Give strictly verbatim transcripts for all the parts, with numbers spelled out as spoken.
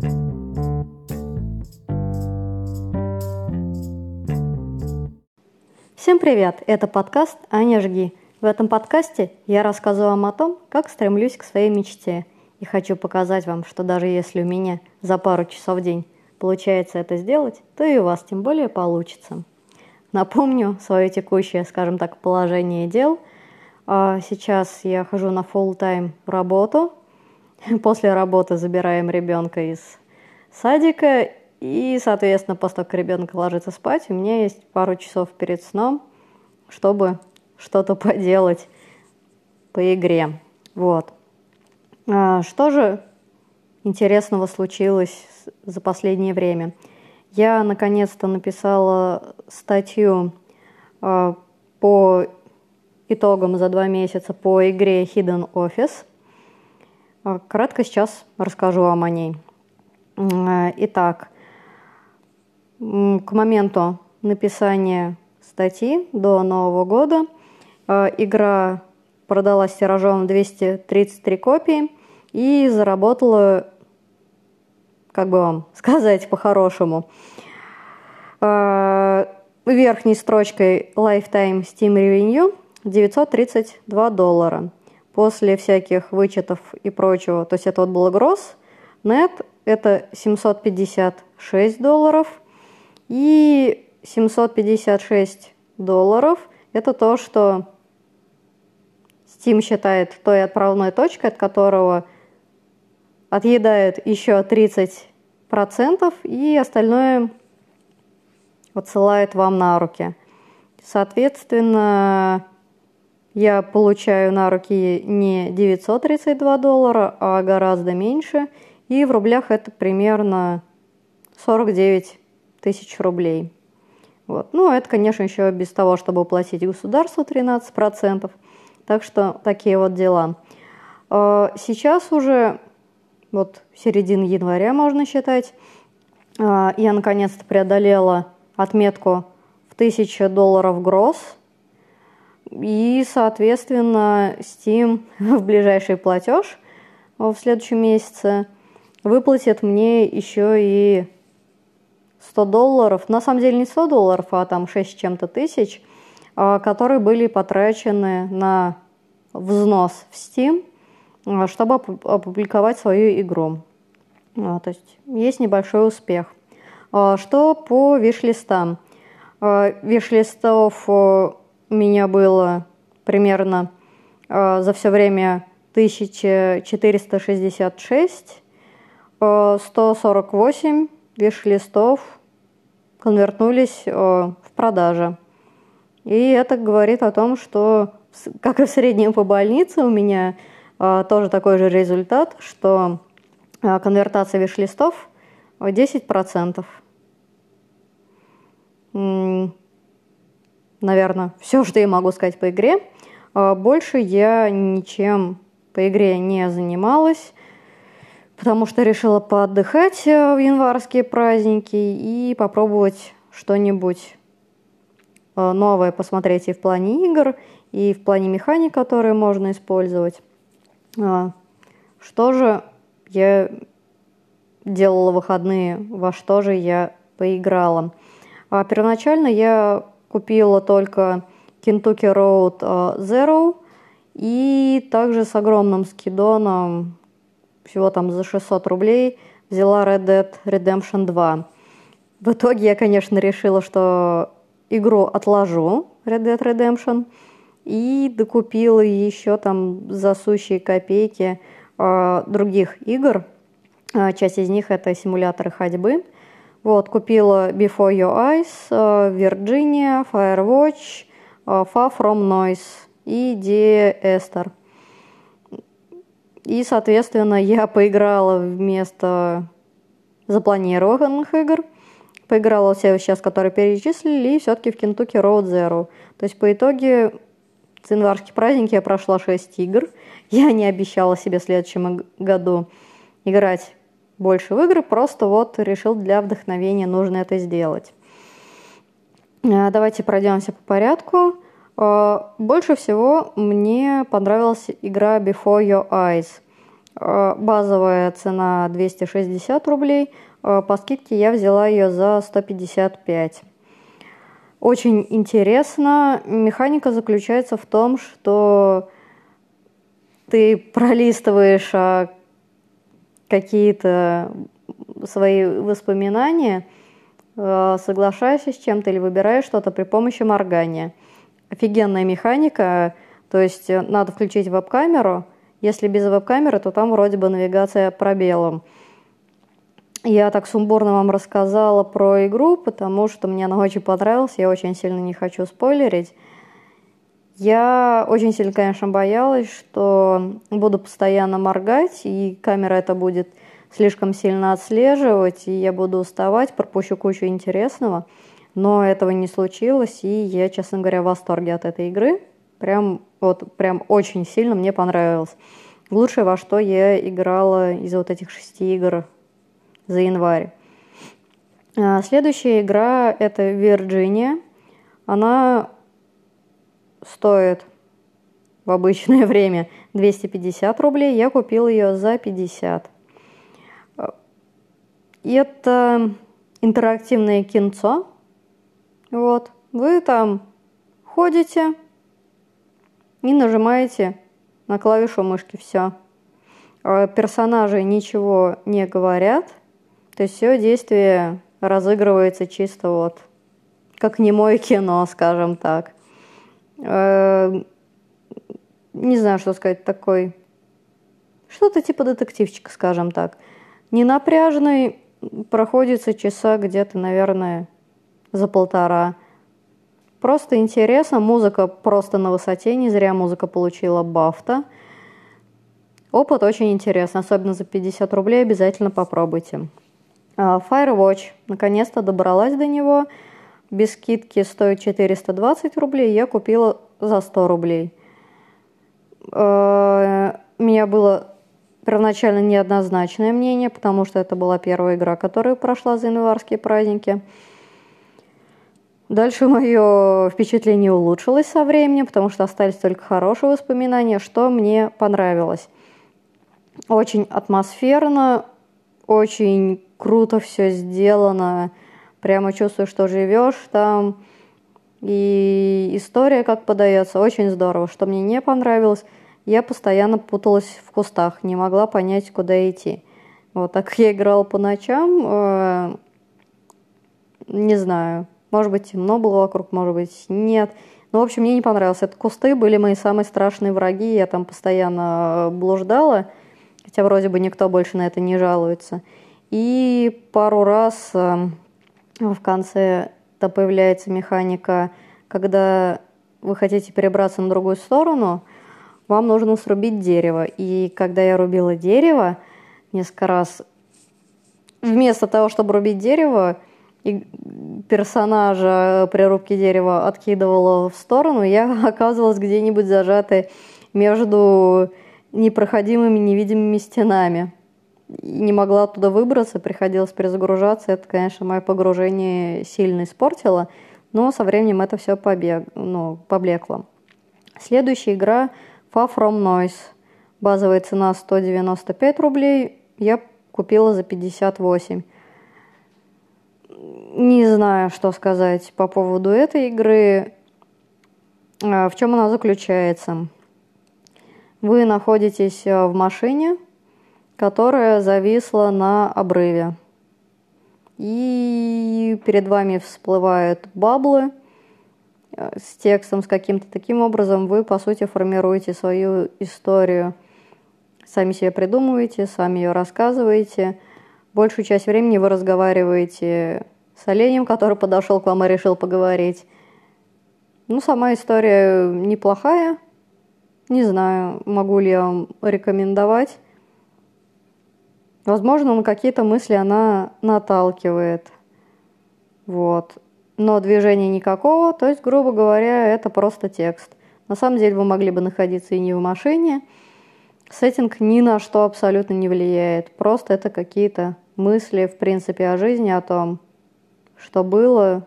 Всем привет! Это подкаст «Аня, жги». В этом подкасте я рассказываю вам о том, как стремлюсь к своей мечте. И хочу показать вам, что даже если у меня за пару часов в день получается это сделать, то и у вас тем более получится. Напомню свое текущее, скажем так, положение дел. Сейчас я хожу на фулл-тайм работу. После работы забираем ребенка из садика. И, соответственно, после того, как ребенок ложится спать, у меня есть пару часов перед сном, чтобы что-то поделать по игре. Вот. Что же интересного случилось за последнее время? Я наконец-то написала статью по итогам за два месяца по игре Hidden Office. Кратко сейчас расскажу вам о ней. Итак, к моменту написания статьи до Нового года игра продалась тиражом двести тридцать три копии и заработала, как бы вам сказать по-хорошему, верхней строчкой Lifetime Steam Revenue девятьсот тридцать два доллара. После всяких вычетов и прочего, то есть это вот был гросс, нет это семьсот пятьдесят шесть долларов. И семьсот пятьдесят шесть долларов – это то, что Steam считает той отправной точкой, от которого отъедает еще тридцать процентов и остальное отсылает вам на руки. Соответственно, я получаю на руки не девятьсот тридцать два доллара, а гораздо меньше. И в рублях это примерно сорок девять тысяч рублей. Вот. Ну, это, конечно, еще без того, чтобы уплатить государству тринадцать процентов. Так что такие вот дела. Сейчас уже, вот середина января, можно считать, я наконец-то преодолела отметку в тысячу долларов гросс. И, соответственно, Steam в ближайший платеж в следующем месяце выплатит мне еще и сто долларов, на самом деле не сто долларов, а там шесть с чем-то тысяч, которые были потрачены на взнос в Steam, чтобы опубликовать свою игру. То есть есть небольшой успех. Что по виш-листам? Виш-листов у меня было примерно за все время тысяча четыреста шестьдесят шесть, сто сорок восемь виш-листов конвертнулись в продажи. И это говорит о том, что, как и в среднем по больнице, у меня тоже такой же результат, что конвертация виш-листов десять процентов. Наверное, все, что я могу сказать по игре. Больше я ничем по игре не занималась, потому что решила поотдыхать в январские праздники и попробовать что-нибудь новое посмотреть и в плане игр, и в плане механик, которые можно использовать. Что же я делала в выходные, во что же я поиграла? Первоначально я купила только Kentucky Road Zero и также с огромным скидоном, всего там за шестьсот рублей, взяла Red Dead Redemption два. В итоге я, конечно, решила, что игру отложу, Red Dead Redemption, и докупила еще там за сущие копейки э, других игр. Э, часть из них это симуляторы ходьбы. Вот, купила Before Your Eyes, э, Virginia, Firewatch, э, Far From Noise и Dear Esther. И, соответственно, я поиграла вместо запланированных игр, поиграла все сейчас, которые перечислили, и все-таки в Kentucky Road Zero. То есть, по итоге, с январских праздники я прошла шесть игр. Я не обещала себе в следующем году играть больше в игры, просто вот решил для вдохновения нужно это сделать. Давайте пройдемся по порядку. Больше всего мне понравилась игра Before Your Eyes. Базовая цена двести шестьдесят рублей. По скидке я взяла ее за сто пятьдесят пять. Очень интересно. Механика заключается в том, что ты пролистываешь какие-то свои воспоминания, соглашаешься с чем-то или выбираешь что-то при помощи моргания. Офигенная механика. То есть надо включить веб-камеру. Если без веб-камеры, то там вроде бы навигация пробелом. Я так сумбурно вам рассказала про игру, потому что мне она очень понравилась, я очень сильно не хочу спойлерить. Я очень сильно, конечно, боялась, что буду постоянно моргать, и камера это будет слишком сильно отслеживать, и я буду уставать, пропущу кучу интересного. Но этого не случилось, и я, честно говоря, в восторге от этой игры. Прям, вот, прям очень сильно мне понравилось. Лучшее, во что я играла из вот этих шести игр за январь. Следующая игра – это Virginia. Она стоит в обычное время двести пятьдесят рублей. Я купила ее за пятьдесят. Это интерактивное кинцо. Вот. Вы там ходите и нажимаете на клавишу мышки. Все. Персонажи ничего не говорят. То есть все действие разыгрывается чисто вот как немое кино, скажем так. Не знаю, что сказать, такой... Что-то типа детективчика, скажем так. Ненапряжный, проходится часа где-то, наверное, за полтора. Просто интересно, музыка просто на высоте, не зря музыка получила бафта. Опыт очень интересный, особенно за пятьдесят рублей обязательно попробуйте. Firewatch, наконец-то добралась до него. Без скидки стоит четыреста двадцать рублей, я купила за сто рублей. У меня было первоначально неоднозначное мнение, потому что это была первая игра, которая прошла за январские праздники. Дальше мое впечатление улучшилось со временем, потому что остались только хорошие воспоминания, что мне понравилось. Очень атмосферно, очень круто все сделано. Прямо чувствую, что живешь там. И история как подается, очень здорово. Что мне не понравилось, я постоянно путалась в кустах, не могла понять, куда идти. Вот так как я играла по ночам, э, не знаю, может быть, темно было вокруг, может быть, нет. Ну, в общем, мне не понравилось. Это кусты были мои самые страшные враги, я там постоянно блуждала, хотя вроде бы никто больше на это не жалуется. И пару раз э, в конце -то появляется механика, когда вы хотите перебраться на другую сторону, вам нужно срубить дерево. И когда я рубила дерево, несколько раз, вместо того, чтобы рубить дерево, и персонажа при рубке дерева откидывала в сторону, я оказывалась где-нибудь зажатой между непроходимыми невидимыми стенами. И не могла оттуда выбраться, приходилось перезагружаться. Это, конечно, мое погружение сильно испортило, но со временем это все побег... ну, поблекло. Следующая игра Far From Noise. Базовая цена сто девяносто пять рублей. Я купила за пятьдесят восемь. Не знаю, что сказать по поводу этой игры. В чем она заключается? Вы находитесь в машине, которая зависла на обрыве. И перед вами всплывают баблы с текстом, с каким-то таким образом. Вы, по сути, формируете свою историю. Сами себе придумываете, сами ее рассказываете. Большую часть времени вы разговариваете с оленем, который подошел к вам и решил поговорить. Ну, сама история неплохая. Не знаю, могу ли я вам рекомендовать. Возможно, на какие-то мысли она наталкивает. Вот. Но движения никакого, то есть, грубо говоря, это просто текст. На самом деле вы могли бы находиться и не в машине. Сеттинг ни на что абсолютно не влияет. Просто это какие-то мысли, в принципе, о жизни, о том, что было.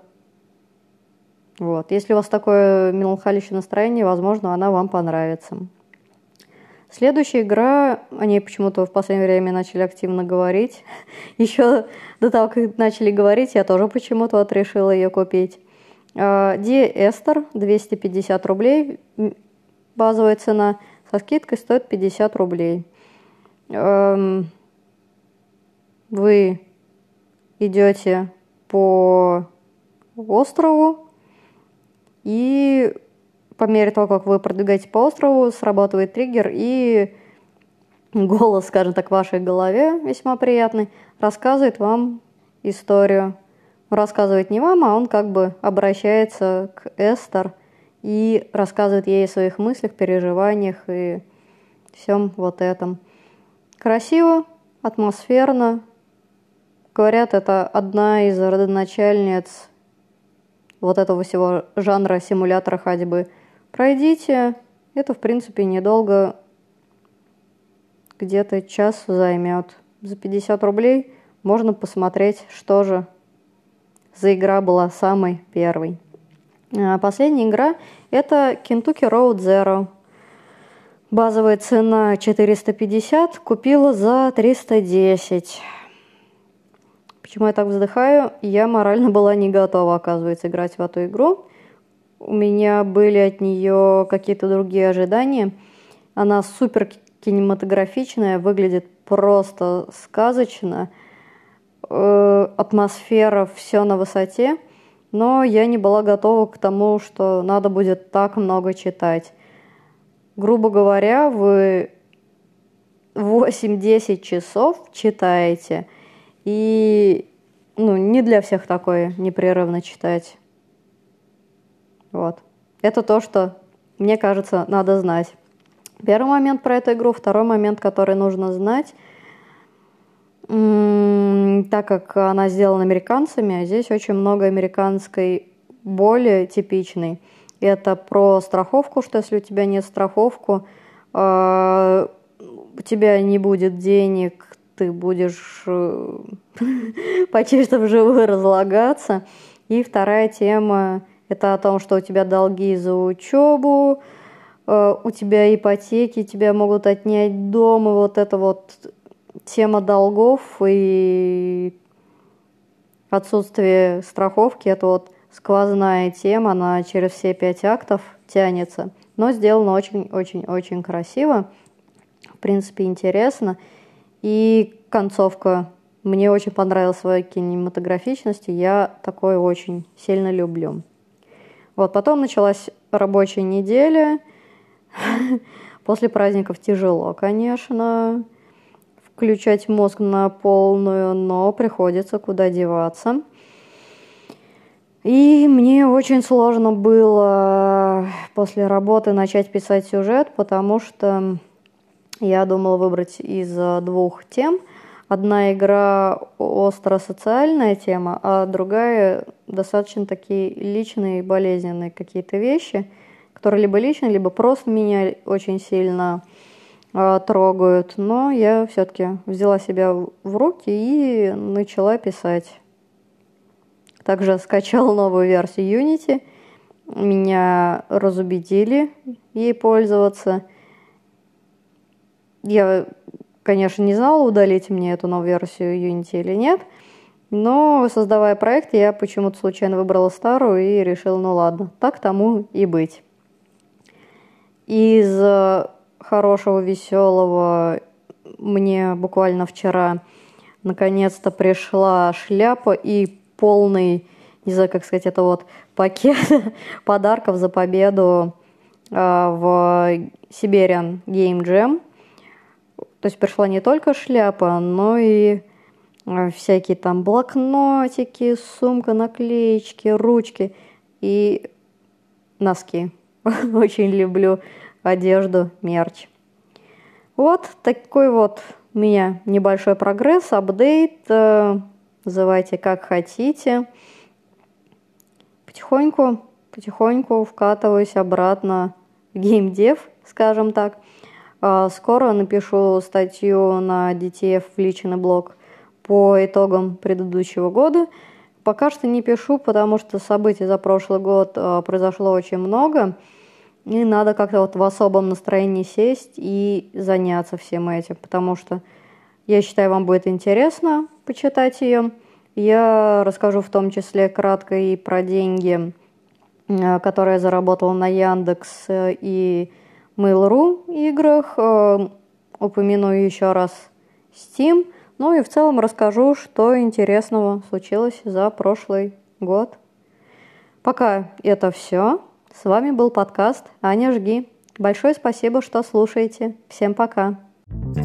Вот. Если у вас такое меланхоличное настроение, возможно, она вам понравится. Следующая игра, о ней почему-то в последнее время начали активно говорить. Еще до того, как начали говорить, я тоже почему-то вот решила ее купить. Dia Esther, двести пятьдесят рублей, базовая цена, со скидкой стоит пятьдесят рублей. Вы идете по острову, и по мере того, как вы продвигаетесь по острову, срабатывает триггер, и голос, скажем так, в вашей голове, весьма приятный, рассказывает вам историю. Рассказывает не вам, а он как бы обращается к Эстер и рассказывает ей о своих мыслях, переживаниях и всем вот этом. Красиво, атмосферно. Говорят, это одна из родоначальниц вот этого всего жанра симулятора ходьбы. Пройдите, это в принципе недолго, где-то час займет. За пятьдесят рублей можно посмотреть, что же за игра была самой первой. А последняя игра – это Kentucky Road Zero. Базовая цена четыреста пятьдесят, купила за триста десять. Почему я так вздыхаю? Я морально была не готова, оказывается, играть в эту игру. У меня были от нее какие-то другие ожидания. Она супер кинематографичная, выглядит просто сказочно. Э, атмосфера, все на высоте. Но я не была готова к тому, что надо будет так много читать. Грубо говоря, вы восемь-десять часов читаете, и ну, не для всех такое непрерывно читать. Вот. Это то, что, мне кажется, надо знать. Первый момент про эту игру. Второй момент, который нужно знать. М-м, так как она сделана американцами, здесь очень много американской боли типичной. Это про страховку, что если у тебя нет страховки, э- у тебя не будет денег, ты будешь э- почти что вживую разлагаться. И вторая тема – это о том, что у тебя долги за учебу, э- у тебя ипотеки, тебя могут отнять дом, и вот это вот тема долгов и отсутствие страховки – это вот сквозная тема, она через все пять актов тянется, но сделано очень-очень-очень красиво, в принципе, интересно. И концовка мне очень понравилась своей кинематографичностью, я такое очень сильно люблю. Вот, потом началась рабочая неделя, после праздников тяжело, конечно, включать мозг на полную, но приходится куда деваться. И мне очень сложно было после работы начать писать сюжет, потому что я думала выбрать из двух тем. Одна игра остро-социальная тема, а другая достаточно такие личные, болезненные какие-то вещи, которые либо личные, либо просто меня очень сильно э, трогают. Но я все-таки взяла себя в руки и начала писать. Также скачала новую версию Unity. Меня разубедили ей пользоваться. Я, конечно, не знала, удалить мне эту новую версию Unity или нет. Но, создавая проект, я почему-то случайно выбрала старую и решила, ну ладно, так тому и быть. Из хорошего, веселого мне буквально вчера наконец-то пришла шляпа и полный, не знаю, как сказать, это вот пакет подарков за победу э, в Siberian Game Jam. То есть пришла не только шляпа, но и э, всякие там блокнотики, сумка, наклеечки, ручки и носки. Очень люблю одежду, мерч. Вот такой вот у меня небольшой прогресс, апдейт. Э, Называйте как хотите. Потихоньку, потихоньку вкатываюсь обратно в геймдев, скажем так. Скоро напишу статью на ди ти эф в личный блог по итогам предыдущего года. Пока что не пишу, потому что событий за прошлый год произошло очень много. И надо как-то вот в особом настроении сесть и заняться всем этим, потому что я считаю, вам будет интересно почитать ее. Я расскажу в том числе кратко и про деньги, которые я заработала на Яндекс и Mail.ru играх. Упомяну еще раз Steam. Ну и в целом расскажу, что интересного случилось за прошлый год. Пока это все. С вами был подкаст «Аня, жги». Большое спасибо, что слушаете. Всем пока.